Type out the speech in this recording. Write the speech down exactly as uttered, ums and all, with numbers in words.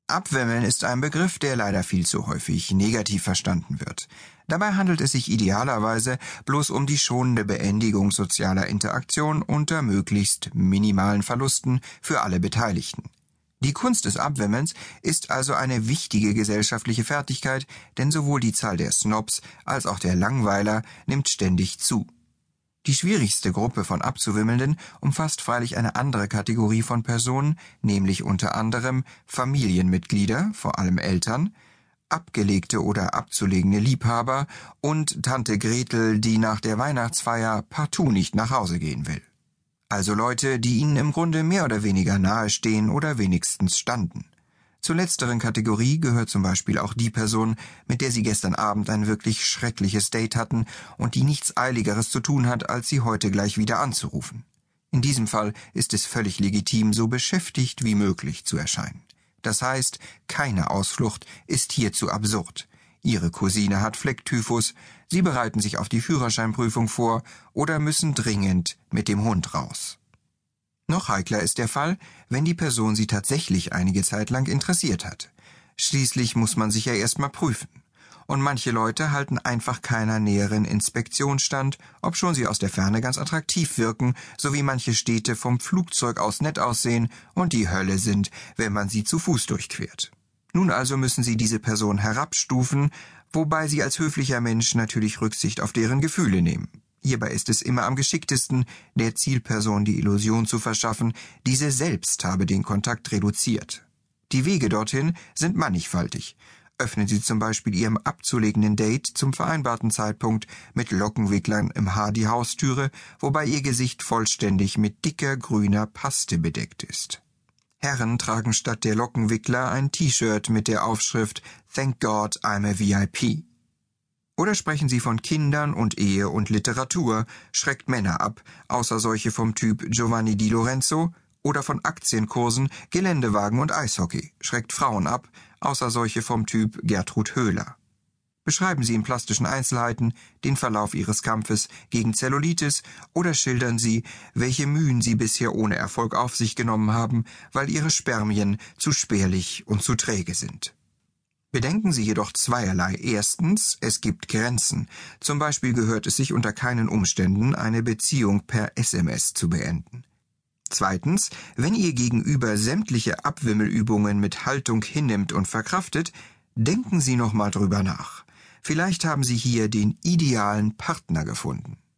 Abwimmeln ist ein Begriff, der leider viel zu häufig negativ verstanden wird. Dabei handelt es sich idealerweise bloß um die schonende Beendigung sozialer Interaktion unter möglichst minimalen Verlusten für alle Beteiligten. Die Kunst des Abwimmelns ist also eine wichtige gesellschaftliche Fertigkeit, denn sowohl die Zahl der Snobs als auch der Langweiler nimmt ständig zu. Die schwierigste Gruppe von Abzuwimmelnden umfasst freilich eine andere Kategorie von Personen, nämlich unter anderem Familienmitglieder, vor allem Eltern, abgelegte oder abzulegende Liebhaber und Tante Gretel, die nach der Weihnachtsfeier partout nicht nach Hause gehen will. Also Leute, die ihnen im Grunde mehr oder weniger nahestehen oder wenigstens standen. Zur letzteren Kategorie gehört zum Beispiel auch die Person, mit der Sie gestern Abend ein wirklich schreckliches Date hatten und die nichts Eiligeres zu tun hat, als Sie heute gleich wieder anzurufen. In diesem Fall ist es völlig legitim, so beschäftigt wie möglich zu erscheinen. Das heißt, keine Ausflucht ist hierzu absurd. Ihre Cousine hat Flecktyphus, Sie bereiten sich auf die Führerscheinprüfung vor oder müssen dringend mit dem Hund raus. Noch heikler ist der Fall, wenn die Person Sie tatsächlich einige Zeit lang interessiert hat. Schließlich muss man sich ja erstmal prüfen. Und manche Leute halten einfach keiner näheren Inspektion stand, obschon sie aus der Ferne ganz attraktiv wirken, so wie manche Städte vom Flugzeug aus nett aussehen und die Hölle sind, wenn man sie zu Fuß durchquert. Nun also müssen Sie diese Person herabstufen, wobei Sie als höflicher Mensch natürlich Rücksicht auf deren Gefühle nehmen. Hierbei ist es immer am geschicktesten, der Zielperson die Illusion zu verschaffen, diese selbst habe den Kontakt reduziert. Die Wege dorthin sind mannigfaltig. Öffnen Sie zum Beispiel Ihrem abzulegenden Date zum vereinbarten Zeitpunkt mit Lockenwicklern im Haar die Haustüre, wobei Ihr Gesicht vollständig mit dicker grüner Paste bedeckt ist. Herren tragen statt der Lockenwickler ein T-Shirt mit der Aufschrift Thank God I'm a V I P. Oder sprechen Sie von Kindern und Ehe und Literatur, schreckt Männer ab, außer solche vom Typ Giovanni Di Lorenzo, oder von Aktienkursen, Geländewagen und Eishockey, schreckt Frauen ab, außer solche vom Typ Gertrud Höhler. Beschreiben Sie in plastischen Einzelheiten den Verlauf Ihres Kampfes gegen Zellulitis oder schildern Sie, welche Mühen Sie bisher ohne Erfolg auf sich genommen haben, weil Ihre Spermien zu spärlich und zu träge sind. Bedenken Sie jedoch zweierlei. Erstens, es gibt Grenzen. Zum Beispiel gehört es sich unter keinen Umständen, eine Beziehung per S M S zu beenden. Zweitens, wenn Ihr Gegenüber sämtliche Abwimmelübungen mit Haltung hinnimmt und verkraftet, denken Sie noch mal drüber nach. Vielleicht haben Sie hier den idealen Partner gefunden.